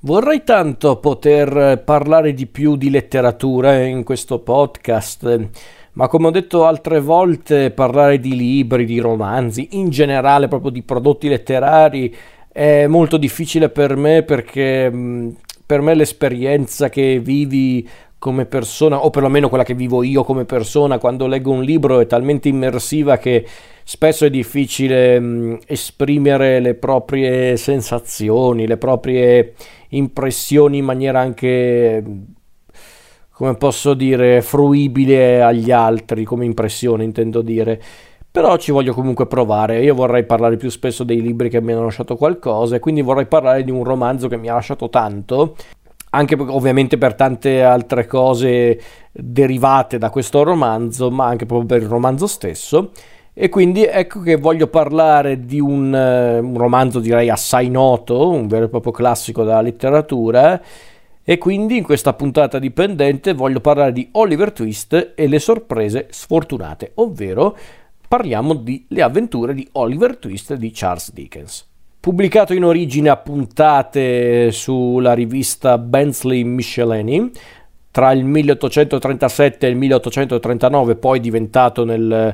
Vorrei tanto poter parlare di più di letteratura in questo podcast, ma come ho detto altre volte, parlare di libri, di romanzi, in generale proprio di prodotti letterari è molto difficile per me perché per me l'esperienza che vivi come persona, o perlomeno quella che vivo io come persona quando leggo un libro, è talmente immersiva che spesso è difficile esprimere le proprie sensazioni, le proprie impressioni in maniera anche, come posso dire, fruibile agli altri, come impressione intendo dire. Però ci voglio comunque provare. Io vorrei parlare più spesso dei libri che mi hanno lasciato qualcosa, e quindi vorrei parlare di un romanzo che mi ha lasciato tanto, anche ovviamente per tante altre cose derivate da questo romanzo, ma anche proprio per il romanzo stesso. E quindi ecco che voglio parlare di un romanzo direi assai noto, un vero e proprio classico della letteratura, e quindi in questa puntata dipendente voglio parlare di Oliver Twist e le sorprese sfortunate, ovvero parliamo di Le avventure di Oliver Twist di Charles Dickens. Pubblicato in origine a puntate sulla rivista Bentley Miscellany tra il 1837 e il 1839, poi diventato nel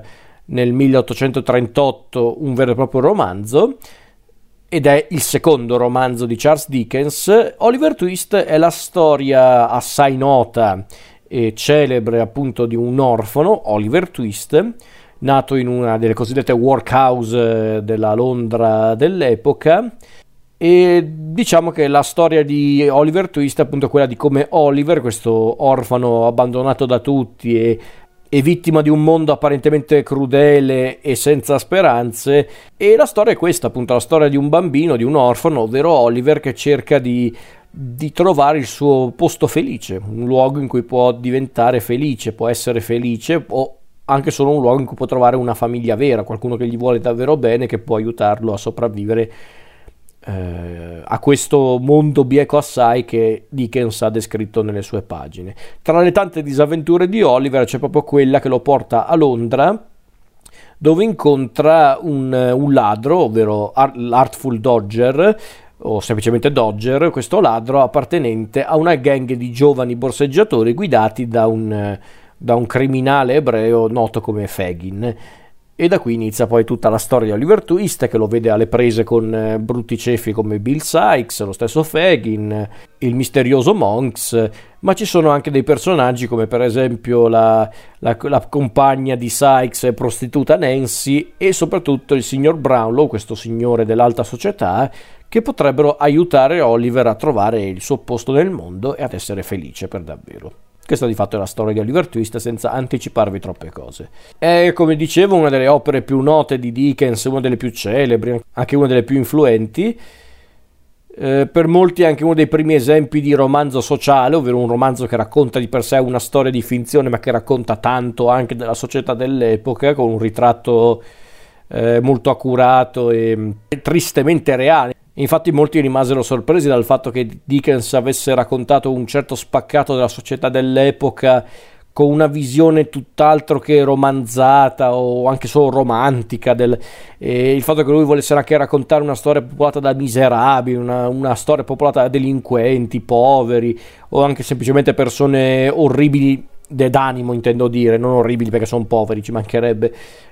1838 un vero e proprio romanzo, ed è il secondo romanzo di Charles Dickens. Oliver Twist è la storia assai nota e celebre appunto di un orfano, Oliver Twist, nato in una delle cosiddette workhouse della Londra dell'epoca. E diciamo che la storia di Oliver Twist è appunto quella di come Oliver, questo orfano abbandonato da tutti e vittima di un mondo apparentemente crudele e senza speranze, e la storia è questa, appunto la storia di un bambino, di un orfano, ovvero Oliver, che cerca di trovare il suo posto felice, un luogo in cui può diventare felice, può essere felice, o anche solo un luogo in cui può trovare una famiglia vera, qualcuno che gli vuole davvero bene, che può aiutarlo a sopravvivere a questo mondo bieco assai che Dickens ha descritto nelle sue pagine. Tra le tante disavventure di Oliver c'è proprio quella che lo porta a Londra, dove incontra un ladro, ovvero l'Artful Dodger, o semplicemente Dodger, questo ladro appartenente a una gang di giovani borseggiatori guidati da un criminale ebreo noto come Fagin. E da qui inizia poi tutta la storia di Oliver Twist, che lo vede alle prese con brutti cefi come Bill Sikes, lo stesso Fagin, il misterioso Monks, ma ci sono anche dei personaggi come per esempio la compagna di Sikes e prostituta Nancy, e soprattutto il signor Brownlow, questo signore dell'alta società, che potrebbero aiutare Oliver a trovare il suo posto nel mondo e ad essere felice per davvero. Questa di fatto è la storia di Oliver Twist, senza anticiparvi troppe cose. È, come dicevo, una delle opere più note di Dickens, una delle più celebri, anche una delle più influenti. Per molti anche uno dei primi esempi di romanzo sociale, ovvero un romanzo che racconta di per sé una storia di finzione, ma che racconta tanto anche della società dell'epoca, con un ritratto molto accurato e tristemente reale. Infatti molti rimasero sorpresi dal fatto che Dickens avesse raccontato un certo spaccato della società dell'epoca con una visione tutt'altro che romanzata o anche solo romantica e il fatto che lui volesse anche raccontare una storia popolata da miserabili, una storia popolata da delinquenti, poveri, o anche semplicemente persone orribili d'animo, intendo dire, non orribili perché sono poveri, ci mancherebbe.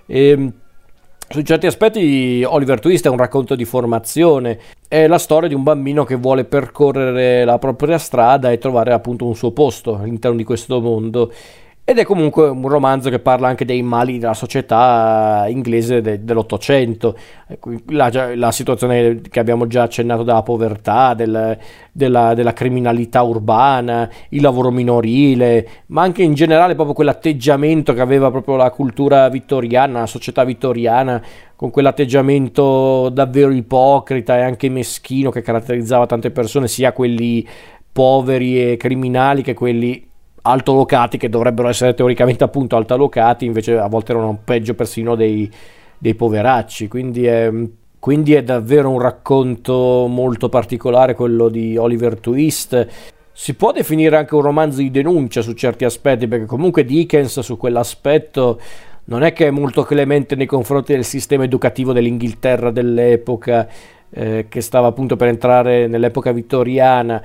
Su certi aspetti Oliver Twist è un racconto di formazione, è la storia di un bambino che vuole percorrere la propria strada e trovare appunto un suo posto all'interno di questo mondo, ed è comunque un romanzo che parla anche dei mali della società inglese dell'Ottocento, la situazione che abbiamo già accennato della povertà, della criminalità urbana, il lavoro minorile, ma anche in generale proprio quell'atteggiamento che aveva proprio la cultura vittoriana, la società vittoriana, con quell'atteggiamento davvero ipocrita e anche meschino che caratterizzava tante persone, sia quelli poveri e criminali che quelli altolocati, che dovrebbero essere teoricamente appunto altalocati, invece a volte erano peggio persino dei poveracci. Quindi è davvero un racconto molto particolare quello di Oliver Twist. Si può definire anche un romanzo di denuncia su certi aspetti, perché comunque Dickens su quell'aspetto non è che è molto clemente nei confronti del sistema educativo dell'Inghilterra dell'epoca. che stava appunto per entrare nell'epoca vittoriana.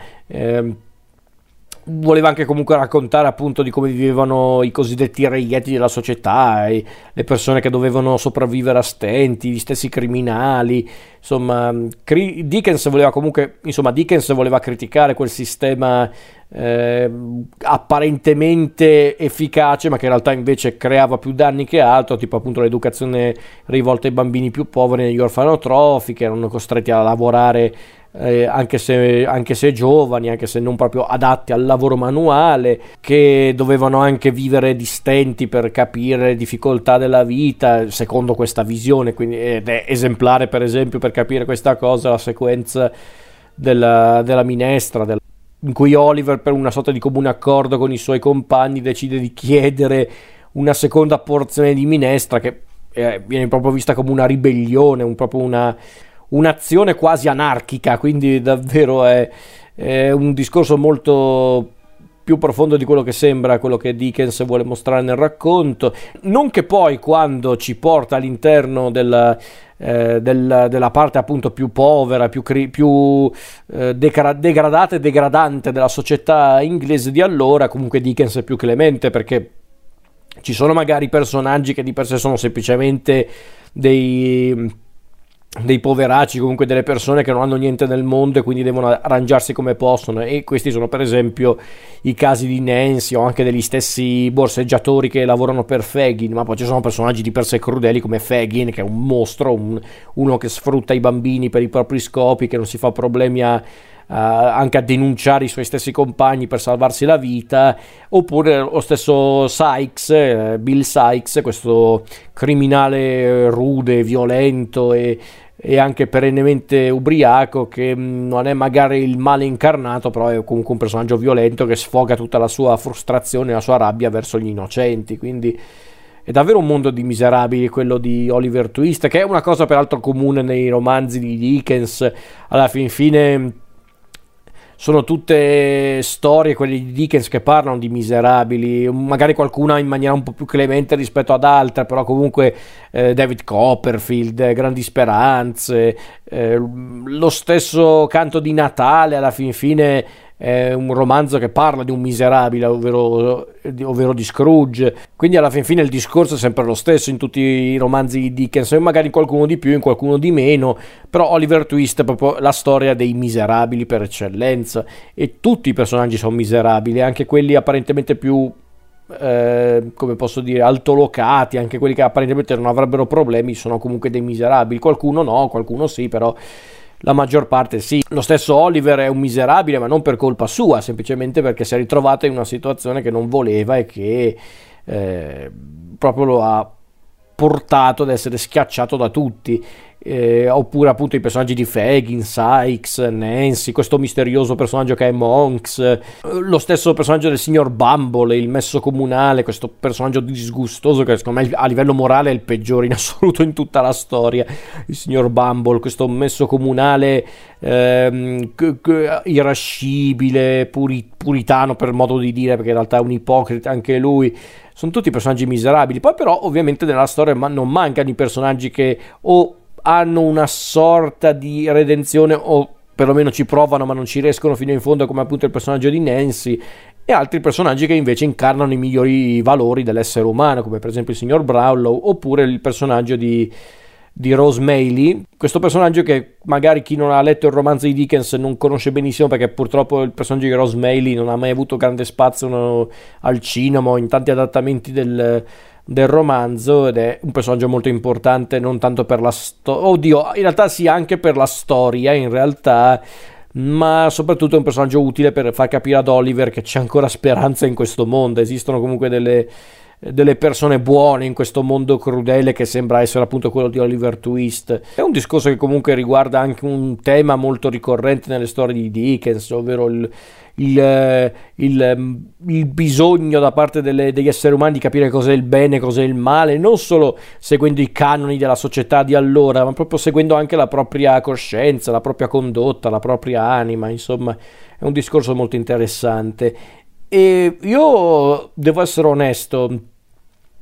Voleva anche comunque raccontare appunto di come vivevano i cosiddetti reietti della società, le persone che dovevano sopravvivere a stenti, gli stessi criminali. Insomma, Dickens voleva criticare quel sistema apparentemente efficace, ma che in realtà invece creava più danni che altro, tipo appunto l'educazione rivolta ai bambini più poveri negli orfanotrofi, che erano costretti a lavorare anche se giovani, anche se non proprio adatti al lavoro manuale, che dovevano anche vivere di stenti per capire le difficoltà della vita secondo questa visione. Quindi, ed è esemplare per esempio per capire questa cosa la sequenza della minestra, in cui Oliver, per una sorta di comune accordo con i suoi compagni, decide di chiedere una seconda porzione di minestra, che viene proprio vista come una ribellione, un'azione quasi anarchica. Quindi davvero è un discorso molto più profondo di quello che sembra, quello che Dickens vuole mostrare nel racconto. Non che poi, quando ci porta all'interno della parte appunto più povera, più degradata e degradante della società inglese di allora, comunque Dickens è più clemente, perché ci sono magari personaggi che di per sé sono semplicemente dei poveracci, comunque delle persone che non hanno niente nel mondo e quindi devono arrangiarsi come possono, e questi sono per esempio i casi di Nancy o anche degli stessi borseggiatori che lavorano per Fagin. Ma poi ci sono personaggi di per sé crudeli come Fagin, che è un mostro, uno che sfrutta i bambini per i propri scopi, che non si fa problemi anche a denunciare i suoi stessi compagni per salvarsi la vita. Oppure lo stesso Sykes, Bill Sykes, questo criminale rude, violento e anche perennemente ubriaco, che non è magari il male incarnato, però è comunque un personaggio violento che sfoga tutta la sua frustrazione e la sua rabbia verso gli innocenti. Quindi è davvero un mondo di miserabili quello di Oliver Twist, che è una cosa peraltro comune nei romanzi di Dickens. Alla fin fine sono tutte storie, quelle di Dickens, che parlano di miserabili, magari qualcuna in maniera un po' più clemente rispetto ad altre, però comunque David Copperfield, Grandi Speranze, lo stesso Canto di Natale alla fin fine è un romanzo che parla di un miserabile, ovvero di Scrooge. Quindi alla fin fine il discorso è sempre lo stesso in tutti i romanzi di Dickens, magari qualcuno di più, in qualcuno di meno, però Oliver Twist è proprio la storia dei miserabili per eccellenza, e tutti i personaggi sono miserabili, anche quelli apparentemente più come posso dire, altolocati, anche quelli che apparentemente non avrebbero problemi sono comunque dei miserabili. Qualcuno no, qualcuno sì, però la maggior parte sì. Lo stesso Oliver è un miserabile, ma non per colpa sua, semplicemente perché si è ritrovato in una situazione che non voleva e che proprio lo ha portato ad essere schiacciato da tutti. Oppure appunto i personaggi di Fagin, Sykes, Nancy, questo misterioso personaggio che è Monks, lo stesso personaggio del signor Bumble, il messo comunale, questo personaggio disgustoso che secondo me a livello morale è il peggiore in assoluto in tutta la storia. Il signor Bumble, questo messo comunale irascibile, puritano per modo di dire, perché in realtà è un ipocrita anche lui. Sono tutti personaggi miserabili. Poi però ovviamente nella storia non mancano i personaggi che o hanno una sorta di redenzione o perlomeno ci provano ma non ci riescono fino in fondo, come appunto il personaggio di Nancy, e altri personaggi che invece incarnano i migliori valori dell'essere umano, come per esempio il signor Brownlow, oppure il personaggio di Rose Maylie, questo personaggio che magari chi non ha letto il romanzo di Dickens non conosce benissimo, perché purtroppo il personaggio di Rose Maylie non ha mai avuto grande spazio al cinema o in tanti adattamenti del romanzo, ed è un personaggio molto importante non tanto per la storia, in realtà sì, anche per la storia in realtà, ma soprattutto è un personaggio utile per far capire ad Oliver che c'è ancora speranza in questo mondo, esistono comunque delle persone buone in questo mondo crudele che sembra essere appunto quello di Oliver Twist. È un discorso che comunque riguarda anche un tema molto ricorrente nelle storie di Dickens, ovvero il bisogno da parte degli esseri umani di capire cos'è il bene, cos'è il male, non solo seguendo i canoni della società di allora, ma proprio seguendo anche la propria coscienza, la propria condotta, la propria anima. Insomma, è un discorso molto interessante. E io devo essere onesto,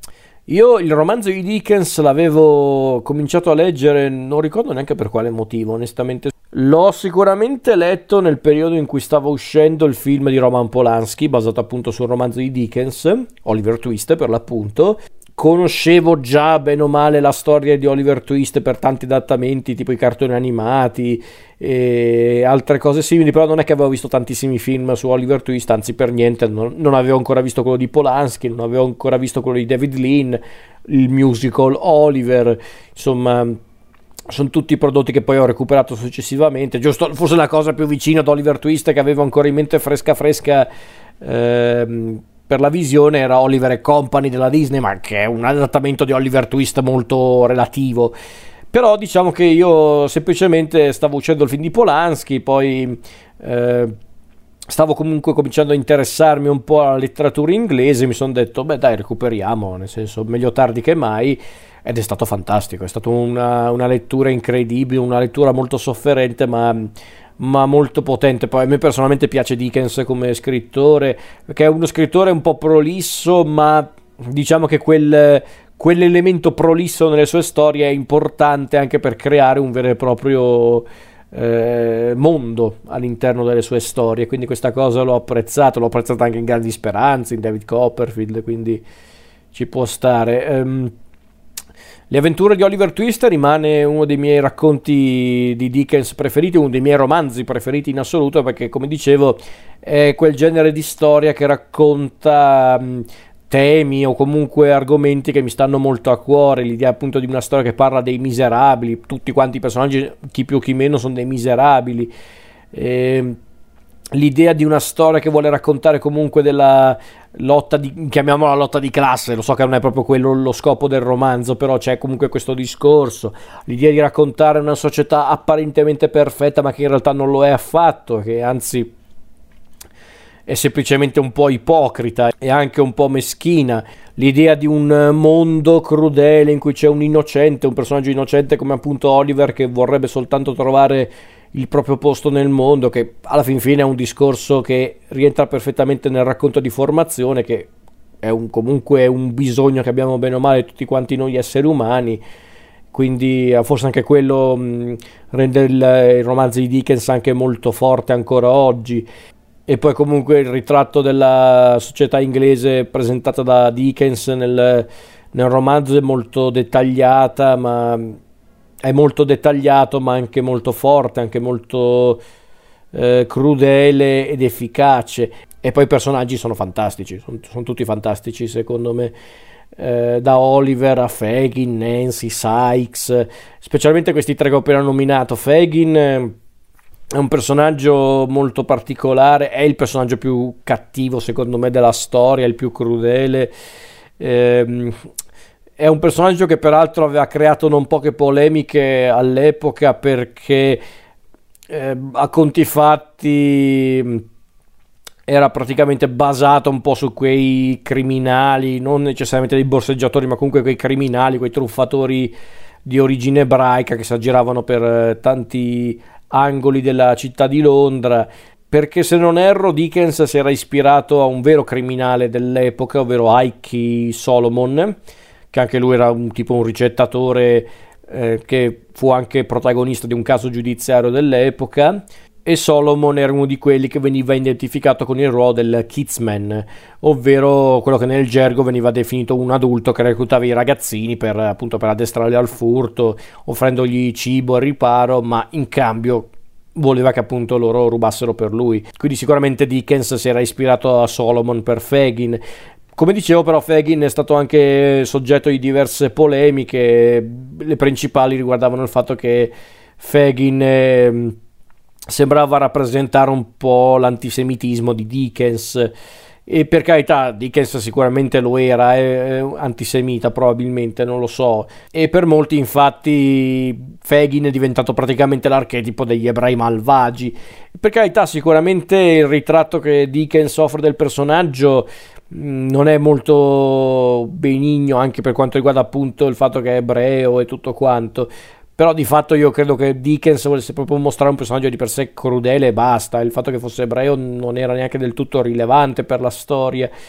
Io il romanzo di Dickens l'avevo cominciato a leggere, non ricordo neanche per quale motivo, onestamente. L'ho sicuramente letto nel periodo in cui stava uscendo il film di Roman Polanski, basato appunto sul romanzo di Dickens, Oliver Twist per l'appunto. Conoscevo già bene o male la storia di Oliver Twist per tanti adattamenti, tipo i cartoni animati e altre cose simili, però non è che avevo visto tantissimi film su Oliver Twist, anzi per niente, non avevo ancora visto quello di Polanski, non avevo ancora visto quello di David Lean, il musical Oliver, insomma sono tutti prodotti che poi ho recuperato successivamente, giusto, forse la cosa più vicina ad Oliver Twist che avevo ancora in mente fresca fresca per la visione era Oliver e Company della Disney, ma che è un adattamento di Oliver Twist molto relativo. Però diciamo che io semplicemente stavo uscendo il film di Polanski, poi stavo comunque cominciando a interessarmi un po' alla letteratura inglese, mi sono detto beh dai recuperiamo, nel senso meglio tardi che mai, ed è stato fantastico, è stata una lettura incredibile, una lettura molto sofferente ma molto potente. Poi a me personalmente piace Dickens come scrittore, perché è uno scrittore un po' prolisso, ma diciamo che quell'elemento prolisso nelle sue storie è importante anche per creare un vero e proprio mondo all'interno delle sue storie, quindi questa cosa l'ho apprezzata anche in Grandi Speranze, in David Copperfield, quindi ci può stare. Le avventure di Oliver Twist rimane uno dei miei racconti di Dickens preferiti, uno dei miei romanzi preferiti in assoluto, perché come dicevo è quel genere di storia che racconta temi o comunque argomenti che mi stanno molto a cuore, l'idea appunto di una storia che parla dei miserabili, tutti quanti i personaggi, chi più chi meno, sono dei miserabili, l'idea di una storia che vuole raccontare comunque della lotta chiamiamola lotta di classe, lo so che non è proprio quello lo scopo del romanzo, però c'è comunque questo discorso, l'idea di raccontare una società apparentemente perfetta ma che in realtà non lo è affatto, che anzi è semplicemente un po' ipocrita e anche un po' meschina, l'idea di un mondo crudele in cui c'è un innocente, un personaggio innocente come appunto Oliver che vorrebbe soltanto trovare il proprio posto nel mondo, che alla fin fine è un discorso che rientra perfettamente nel racconto di formazione, che è comunque un bisogno che abbiamo bene o male tutti quanti noi esseri umani, quindi forse anche quello rende il romanzo di Dickens anche molto forte ancora oggi. E poi comunque il ritratto della società inglese presentata da Dickens nel romanzo è molto dettagliata, ma è molto dettagliato ma anche molto forte, anche molto crudele ed efficace. E poi i personaggi sono fantastici, sono tutti fantastici secondo me, da Oliver a Fagin, Nancy, Sykes, specialmente questi tre che ho appena nominato. Fagin è un personaggio molto particolare, è il personaggio più cattivo secondo me della storia, il più crudele. È un personaggio che peraltro aveva creato non poche polemiche all'epoca perché a conti fatti era praticamente basato un po' su quei criminali, non necessariamente dei borseggiatori, ma comunque quei criminali, quei truffatori di origine ebraica che si aggiravano per tanti angoli della città di Londra, perché se non erro Dickens si era ispirato a un vero criminale dell'epoca, ovvero Ike Solomon, che anche lui era un ricettatore che fu anche protagonista di un caso giudiziario dell'epoca, e Solomon era uno di quelli che veniva identificato con il ruolo del kidsman, ovvero quello che nel gergo veniva definito un adulto che reclutava i ragazzini per addestrarli al furto, offrendogli cibo e riparo, ma in cambio voleva che appunto loro rubassero per lui. Quindi sicuramente Dickens si era ispirato a Solomon per Fagin. Come dicevo, però, Fagin è stato anche soggetto di diverse polemiche. Le principali riguardavano il fatto che Fagin sembrava rappresentare un po' l'antisemitismo di Dickens, e per carità Dickens sicuramente lo era, è antisemita probabilmente, non lo so, e per molti infatti Fagin è diventato praticamente l'archetipo degli ebrei malvagi. Per carità sicuramente il ritratto che Dickens offre del personaggio non è molto benigno, anche per quanto riguarda appunto il fatto che è ebreo e tutto quanto, però di fatto io credo che Dickens volesse proprio mostrare un personaggio di per sé crudele e basta. Il fatto che fosse ebreo non era neanche del tutto rilevante per la storia,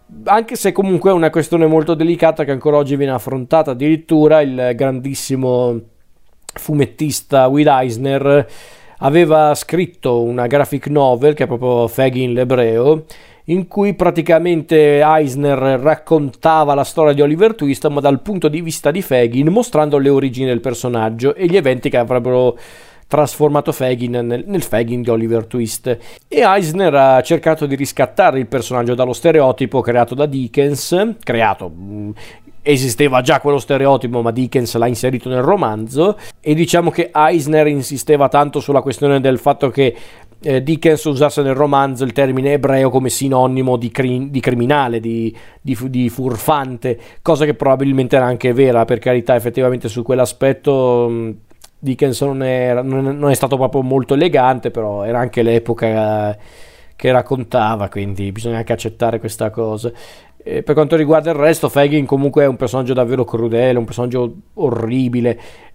anche se comunque è una questione molto delicata che ancora oggi viene affrontata. Addirittura il grandissimo fumettista Will Eisner aveva scritto una graphic novel, che è proprio Fagin l'ebreo, in cui praticamente Eisner raccontava la storia di Oliver Twist, ma dal punto di vista di Fagin, mostrando le origini del personaggio e gli eventi che avrebbero trasformato Fagin nel Fagin di Oliver Twist. E Eisner ha cercato di riscattare il personaggio dallo stereotipo creato da Dickens, esisteva già quello stereotipo, ma Dickens l'ha inserito nel romanzo, e diciamo che Eisner insisteva tanto sulla questione del fatto che Dickens usasse nel romanzo il termine ebreo come sinonimo di criminale, di furfante, cosa che probabilmente era anche vera, per carità. Effettivamente su quell'aspetto Dickens non è stato proprio molto elegante, però era anche l'epoca che raccontava, quindi bisogna anche accettare questa cosa. Per quanto riguarda il resto, Fagin comunque è un personaggio davvero crudele, un personaggio orribile,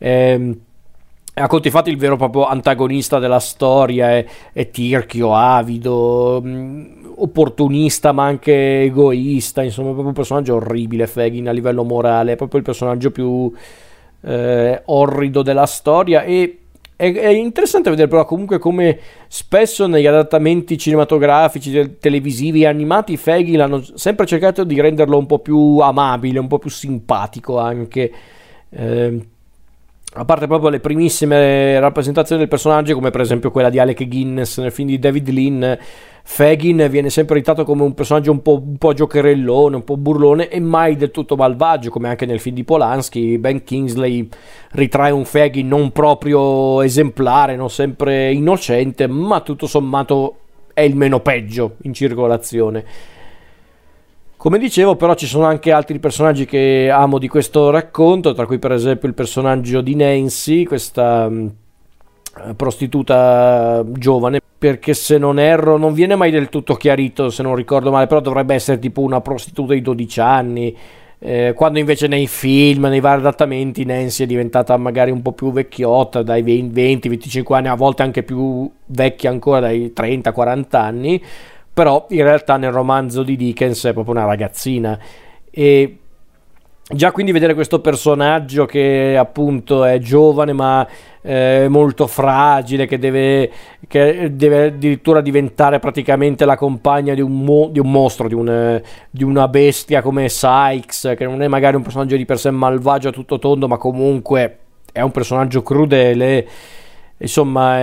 a conti fatti il vero proprio antagonista della storia, è tirchio, avido, opportunista ma anche egoista, insomma è proprio un personaggio orribile Fagin a livello morale, è proprio il personaggio più orrido della storia. E è interessante vedere però comunque come spesso negli adattamenti cinematografici, televisivi e animati Fagin hanno sempre cercato di renderlo un po' più amabile, un po' più simpatico anche, a parte proprio le primissime rappresentazioni del personaggio, come per esempio quella di Alec Guinness nel film di David Lean. Fagin viene sempre citato come un personaggio un po' giocherellone, un po' burlone e mai del tutto malvagio, come anche nel film di Polanski. Ben Kingsley ritrae un Fagin non proprio esemplare, non sempre innocente, ma tutto sommato è il meno peggio in circolazione. Come dicevo, però, ci sono anche altri personaggi che amo di questo racconto, tra cui per esempio il personaggio di Nancy, questa prostituta giovane, perché se non erro non viene mai del tutto chiarito, se non ricordo male, però dovrebbe essere tipo una prostituta di 12 anni, quando invece nei film, nei vari adattamenti, Nancy è diventata magari un po' più vecchiotta, dai 20-25 anni, a volte anche più vecchia ancora, dai 30-40 anni. Però in realtà nel romanzo di Dickens è proprio una ragazzina, e già quindi vedere questo personaggio che appunto è giovane ma molto fragile, che deve addirittura diventare praticamente la compagna di un mostro, di una bestia come Sykes, che non è magari un personaggio di per sé malvagio a tutto tondo, ma comunque è un personaggio crudele. Insomma,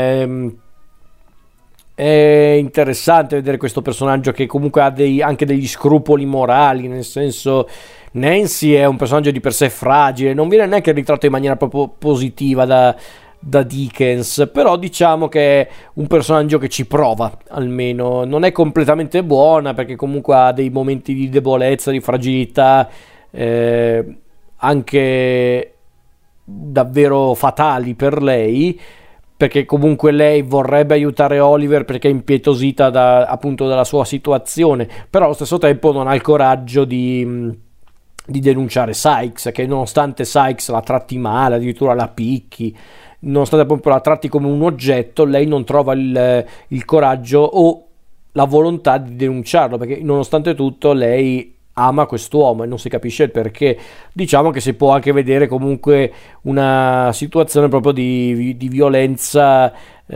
è interessante vedere questo personaggio che comunque ha anche degli scrupoli morali, nel senso, Nancy è un personaggio di per sé fragile, non viene neanche ritratto in maniera proprio positiva da Dickens, però diciamo che è un personaggio che ci prova, almeno non è completamente buona, perché comunque ha dei momenti di debolezza, di fragilità, anche davvero fatali per lei, perché comunque lei vorrebbe aiutare Oliver perché è impietosita appunto dalla sua situazione, però allo stesso tempo non ha il coraggio di denunciare Sykes, che nonostante Sykes la tratti male, addirittura la picchi, nonostante proprio la tratti come un oggetto, lei non trova il coraggio o la volontà di denunciarlo, perché nonostante tutto lei ama quest'uomo e non si capisce il perché. Diciamo che si può anche vedere comunque una situazione proprio di violenza,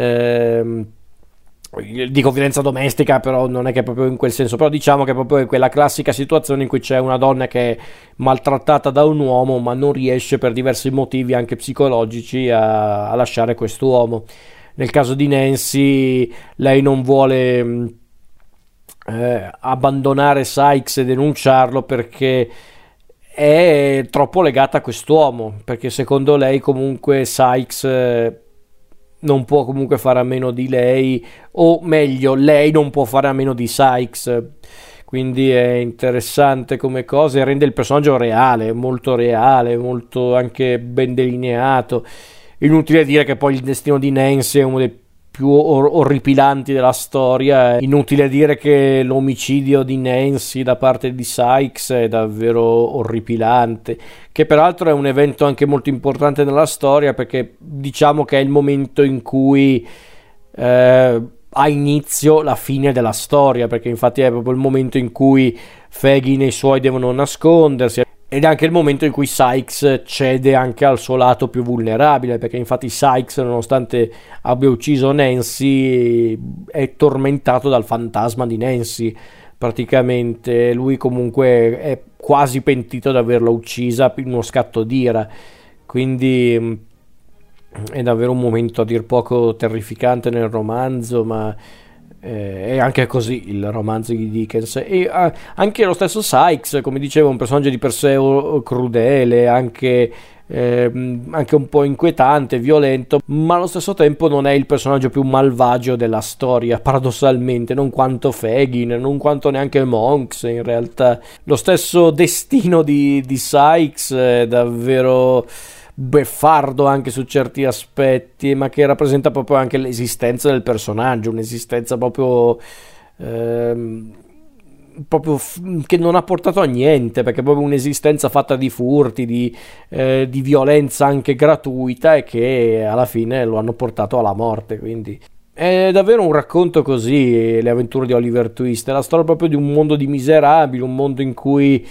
dico violenza domestica, però non è che proprio in quel senso, però diciamo che proprio è quella classica situazione in cui c'è una donna che è maltrattata da un uomo ma non riesce per diversi motivi anche psicologici a lasciare quest'uomo. Nel caso di Nancy, lei non vuole abbandonare Sykes e denunciarlo perché è troppo legata a quest'uomo, perché secondo lei comunque Sykes non può comunque fare a meno di lei, o meglio lei non può fare a meno di Sykes. Quindi è interessante come cosa e rende il personaggio reale, molto anche ben delineato. Inutile dire che poi il destino di Nancy è uno dei più orripilanti della storia. Inutile dire che l'omicidio di Nancy da parte di Sykes è davvero orripilante, che peraltro è un evento anche molto importante nella storia, perché diciamo che è il momento in cui ha inizio la fine della storia, perché infatti è proprio il momento in cui Fagin e i suoi devono nascondersi, ed è anche il momento in cui Sykes cede anche al suo lato più vulnerabile, perché infatti Sykes, nonostante abbia ucciso Nancy, è tormentato dal fantasma di Nancy. Praticamente lui comunque è quasi pentito di averla uccisa in uno scatto d'ira, quindi è davvero un momento a dir poco terrificante nel romanzo, ma è anche così il romanzo di Dickens. E anche lo stesso Sykes, come dicevo, è un personaggio di per sé crudele, anche un po' inquietante, violento, ma allo stesso tempo non è il personaggio più malvagio della storia, paradossalmente, non quanto Fagin, non quanto neanche Monks. In realtà lo stesso destino di Sykes è davvero beffardo anche su certi aspetti, ma che rappresenta proprio anche l'esistenza del personaggio, un'esistenza proprio che non ha portato a niente, perché è proprio un'esistenza fatta di furti, di violenza anche gratuita, e che alla fine lo hanno portato alla morte. Quindi è davvero un racconto così, le avventure di Oliver Twist, è la storia proprio di un mondo di miserabili, un mondo in cui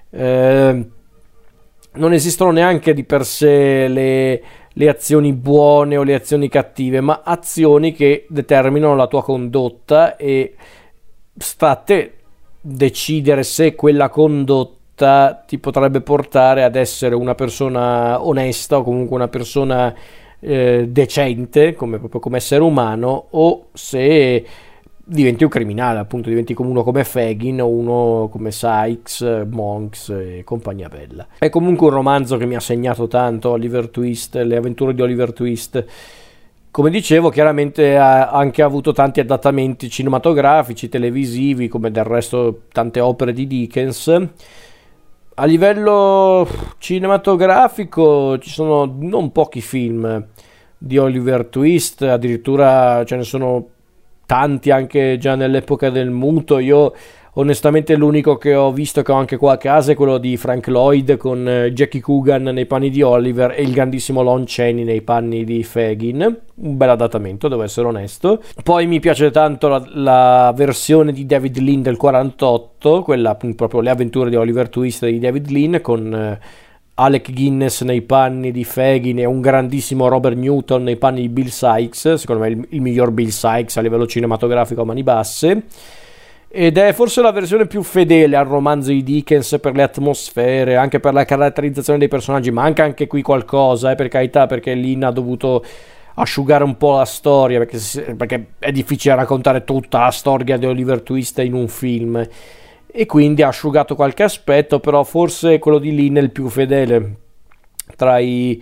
non esistono neanche di per sé le azioni buone o le azioni cattive, ma azioni che determinano la tua condotta, e sta a te decidere se quella condotta ti potrebbe portare ad essere una persona onesta, o comunque una persona decente proprio come essere umano, o se diventi un criminale, appunto diventi come uno come Fagin o uno come Sykes, Monks e compagnia bella. È comunque un romanzo che mi ha segnato tanto, Oliver Twist, le avventure di Oliver Twist. Come dicevo, chiaramente ha anche avuto tanti adattamenti cinematografici, televisivi, come del resto tante opere di Dickens. A livello cinematografico ci sono non pochi film di Oliver Twist, addirittura ce ne sono tanti anche già nell'epoca del muto. Io onestamente l'unico che ho visto, che ho anche qua a casa, è quello di Frank Lloyd con Jackie Coogan nei panni di Oliver e il grandissimo Lon Chaney nei panni di Fagin. Un bel adattamento, devo essere onesto. Poi mi piace tanto la versione di David Lean del 48, quella proprio le avventure di Oliver Twist di David Lean, con Alec Guinness nei panni di Fagin e un grandissimo Robert Newton nei panni di Bill Sykes, secondo me il miglior Bill Sykes a livello cinematografico a mani basse, ed è forse la versione più fedele al romanzo di Dickens per le atmosfere, anche per la caratterizzazione dei personaggi. Manca anche qui qualcosa, per carità, perché Lin ha dovuto asciugare un po' la storia, perché è difficile raccontare tutta la storia di Oliver Twist in un film, e quindi ha asciugato qualche aspetto, però forse quello di Lin è il più fedele tra i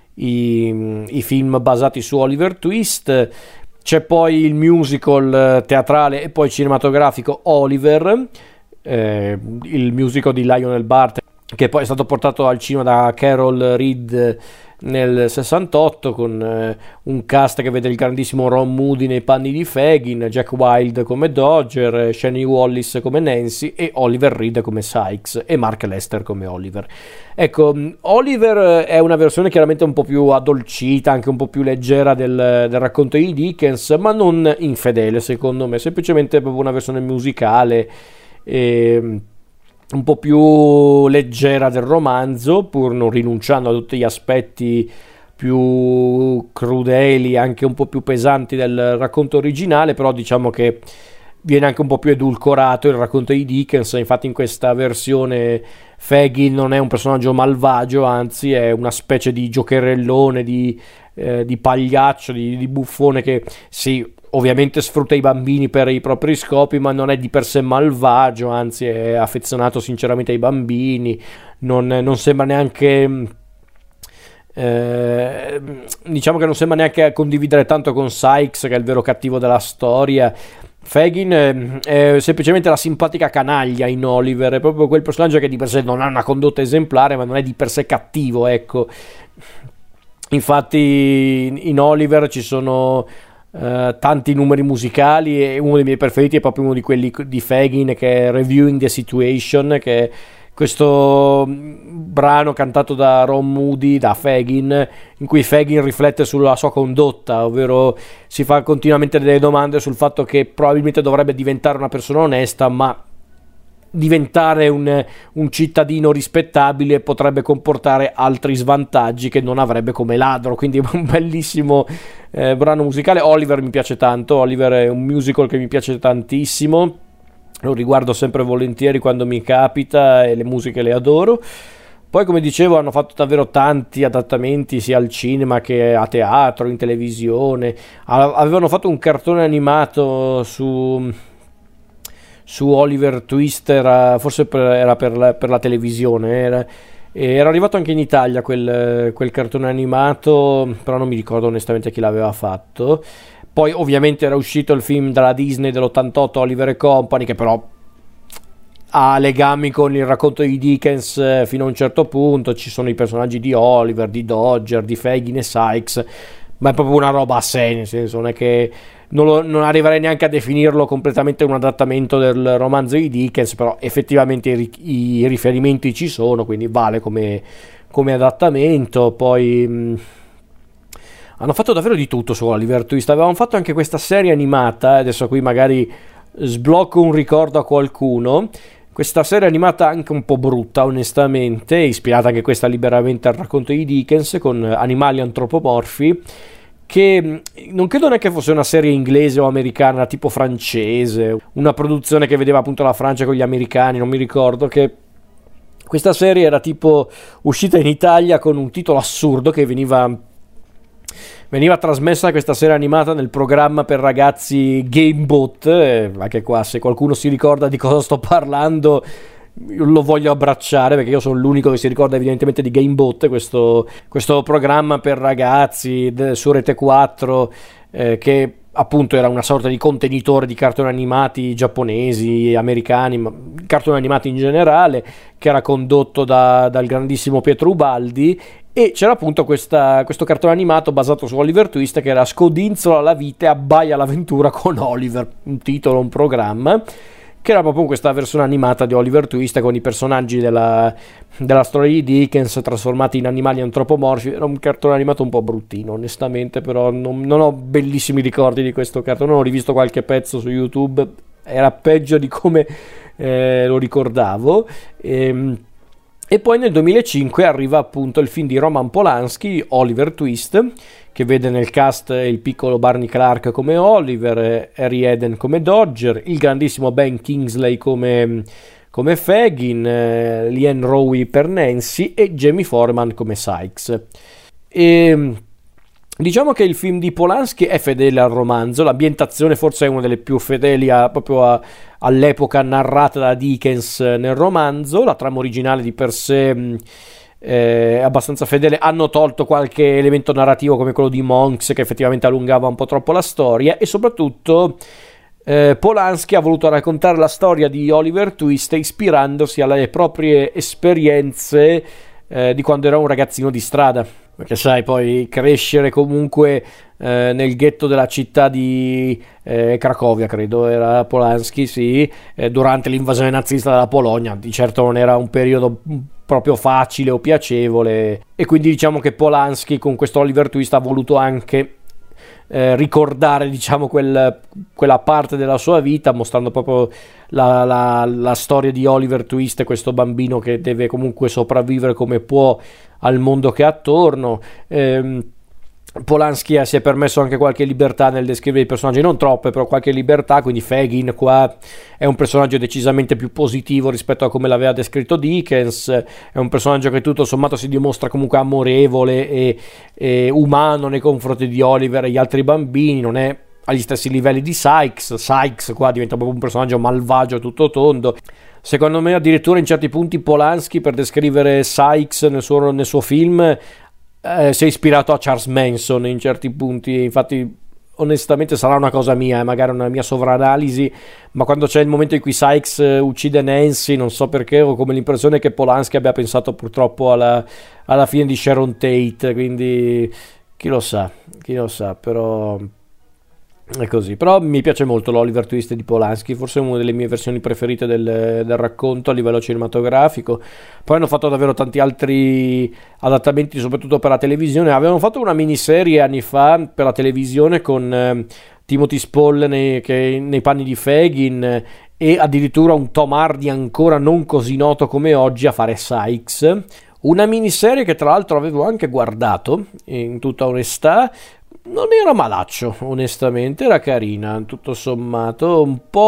film basati su Oliver Twist. C'è poi il musical teatrale e poi cinematografico Oliver, il musical di Lionel Barth, che poi è stato portato al cinema da Carol Reed nel 68, con un cast che vede il grandissimo Ron Moody nei panni di Fagin, Jack Wilde come Dodger, Shani Wallis come Nancy e Oliver Reed come Sykes e Mark Lester come Oliver. Ecco, Oliver è una versione chiaramente un po' più addolcita, anche un po' più leggera del racconto di Dickens, ma non infedele secondo me, semplicemente proprio una versione musicale un po' più leggera del romanzo, pur non rinunciando a tutti gli aspetti più crudeli, anche un po' più pesanti del racconto originale. Però diciamo che viene anche un po' più edulcorato il racconto di Dickens. Infatti in questa versione Fagin non è un personaggio malvagio, anzi è una specie di giocherellone, di pagliaccio, di buffone, che sì, ovviamente sfrutta i bambini per i propri scopi, ma non è di per sé malvagio, anzi è affezionato sinceramente ai bambini. Non sembra neanche diciamo che non sembra neanche condividere tanto con Sykes, che è il vero cattivo della storia. Fagin è semplicemente la simpatica canaglia in Oliver, è proprio quel personaggio che di per sé non ha una condotta esemplare, ma non è di per sé cattivo, ecco. Infatti in Oliver ci sono tanti numeri musicali, e uno dei miei preferiti è proprio uno di quelli di Fagin, che è Reviewing the Situation, che è questo brano cantato da Ron Moody, da Fagin, in cui Fagin riflette sulla sua condotta, ovvero si fa continuamente delle domande sul fatto che probabilmente dovrebbe diventare una persona onesta, ma diventare un cittadino rispettabile potrebbe comportare altri svantaggi che non avrebbe come ladro. Quindi è un bellissimo brano musicale. Oliver mi piace tanto, Oliver è un musical che mi piace tantissimo, lo riguardo sempre volentieri quando mi capita e le musiche le adoro. Poi, come dicevo, hanno fatto davvero tanti adattamenti sia al cinema che a teatro, in televisione. Avevano fatto un cartone animato su Oliver Twist, forse era per la televisione, era arrivato anche in Italia quel cartone animato, però non mi ricordo onestamente chi l'aveva fatto. Poi ovviamente era uscito il film della Disney dell'88, Oliver e Company, che però ha legami con il racconto di Dickens fino a un certo punto. Ci sono i personaggi di Oliver, di Dodger, di Fagin e Sykes, ma è proprio una roba a sé, nel senso non è che non arriverei neanche a definirlo completamente un adattamento del romanzo di Dickens, però effettivamente i riferimenti ci sono, quindi vale come adattamento. Poi hanno fatto davvero di tutto su Oliver Twist. Avevamo fatto anche questa serie animata, adesso qui magari sblocco un ricordo a qualcuno. Questa serie animata anche un po' brutta, onestamente, ispirata anche questa liberamente al racconto di Dickens, con animali antropomorfi, che non credo neanche fosse una serie inglese o americana, tipo francese, una produzione che vedeva appunto la Francia con gli americani, non mi ricordo, che questa serie era tipo uscita in Italia con un titolo assurdo che veniva trasmessa questa serie animata nel programma per ragazzi Gamebot. Anche qua, se qualcuno si ricorda di cosa sto parlando, lo voglio abbracciare, perché io sono l'unico che si ricorda evidentemente di Gamebot, questo programma per ragazzi su Rete 4, che appunto era una sorta di contenitore di cartoni animati giapponesi, americani, ma cartoni animati in generale, che era condotto dal grandissimo Pietro Ubaldi. E c'era appunto questo cartone animato basato su Oliver Twist, che era Scodinzola la vita e abbaia l'avventura con Oliver, un titolo, un programma, che era proprio questa versione animata di Oliver Twist con i personaggi della storia di Dickens trasformati in animali antropomorfi. Era un cartone animato un po' bruttino, onestamente, però non ho bellissimi ricordi di questo cartone. Ho rivisto qualche pezzo su YouTube, era peggio di come lo ricordavo. E poi nel 2005 arriva appunto il film di Roman Polanski, Oliver Twist, che vede nel cast il piccolo Barney Clark come Oliver, Harry Eden come Dodger, il grandissimo Ben Kingsley come Fagin, Leanne Rowe per Nancy e Jamie Foreman come Sykes. E diciamo che il film di Polanski è fedele al romanzo, l'ambientazione forse è una delle più fedeli all'epoca narrata da Dickens nel romanzo. La trama originale di per sé è abbastanza fedele. Hanno tolto qualche elemento narrativo come quello di Monks, che effettivamente allungava un po' troppo la storia, e soprattutto Polanski ha voluto raccontare la storia di Oliver Twist ispirandosi alle proprie esperienze di quando era un ragazzino di strada, perché sai, poi crescere comunque nel ghetto della città di Cracovia, credo era Polanski, sì, durante l'invasione nazista della Polonia. Di certo non era un periodo proprio facile o piacevole, e quindi diciamo che Polanski con questo Oliver Twist ha voluto anche ricordare, diciamo, quella parte della sua vita, mostrando proprio la storia di Oliver Twist, questo bambino che deve comunque sopravvivere come può al mondo che ha attorno. Polanski si è permesso anche qualche libertà nel descrivere i personaggi, non troppe, però qualche libertà. Quindi Fagin qua è un personaggio decisamente più positivo rispetto a come l'aveva descritto Dickens. È un personaggio che tutto sommato si dimostra comunque amorevole e umano nei confronti di Oliver e gli altri bambini, non è agli stessi livelli di Sykes qua diventa proprio un personaggio malvagio tutto tondo. Secondo me addirittura in certi punti Polanski, per descrivere Sykes nel suo film, si è ispirato a Charles Manson in certi punti. Infatti onestamente sarà una cosa mia, magari una mia sovranalisi, ma quando c'è il momento in cui Sykes uccide Nancy, non so perché, ho come l'impressione che Polanski abbia pensato purtroppo alla fine di Sharon Tate, quindi chi lo sa, però È così, però mi piace molto l'Oliver Twist di Polanski, forse è una delle mie versioni preferite del racconto a livello cinematografico. Poi hanno fatto davvero tanti altri adattamenti, soprattutto per la televisione. Avevano fatto una miniserie anni fa per la televisione con Timothy Spall nei panni di Fagin, e addirittura un Tom Hardy ancora non così noto come oggi a fare Sykes. Una miniserie che tra l'altro avevo anche guardato, in tutta onestà. Non era malaccio, onestamente, era carina, tutto sommato,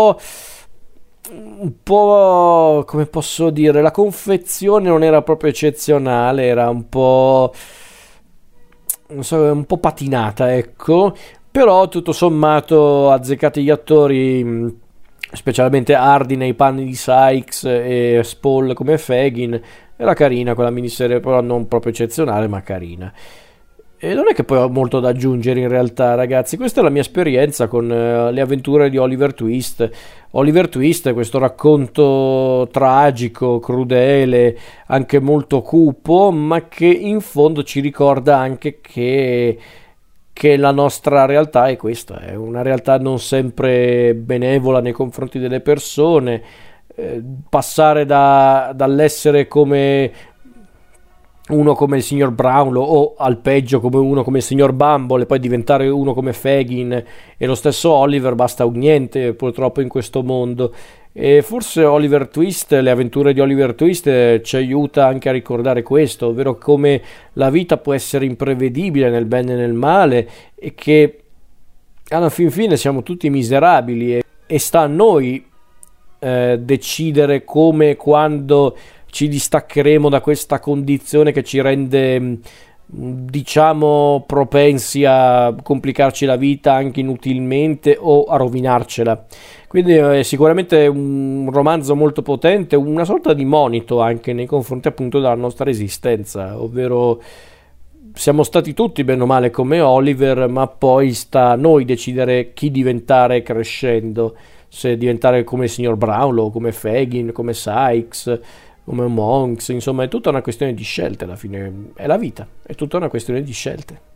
come posso dire, la confezione non era proprio eccezionale, era un po', non so, un po' patinata, ecco, però tutto sommato azzeccati gli attori, specialmente Hardy nei panni di Sykes e Spall come Fagin, era carina quella miniserie, però non proprio eccezionale, ma carina. E non è che poi ho molto da aggiungere in realtà, ragazzi. Questa è la mia esperienza con le avventure di Oliver Twist. Oliver Twist è questo racconto tragico, crudele, anche molto cupo, ma che in fondo ci ricorda anche che la nostra realtà è questa, è una realtà non sempre benevola nei confronti delle persone. Passare dall'essere come uno come il signor Brownlow, o al peggio come uno come il signor Bumble, e poi diventare uno come Fagin e lo stesso Oliver, basta un niente purtroppo in questo mondo. E forse Oliver Twist, le avventure di Oliver Twist, ci aiuta anche a ricordare questo, ovvero come la vita può essere imprevedibile nel bene e nel male, e che alla fin fine siamo tutti miserabili, e sta a noi decidere come e quando ci distaccheremo da questa condizione che ci rende, diciamo, propensi a complicarci la vita anche inutilmente o a rovinarcela. Quindi è sicuramente un romanzo molto potente, una sorta di monito anche nei confronti appunto della nostra esistenza, ovvero siamo stati tutti bene o male come Oliver, ma poi sta a noi decidere chi diventare crescendo, se diventare come il signor Brownlow, come Fagin, come Sykes, come Monks. Insomma è tutta una questione di scelte alla fine, è la vita, è tutta una questione di scelte.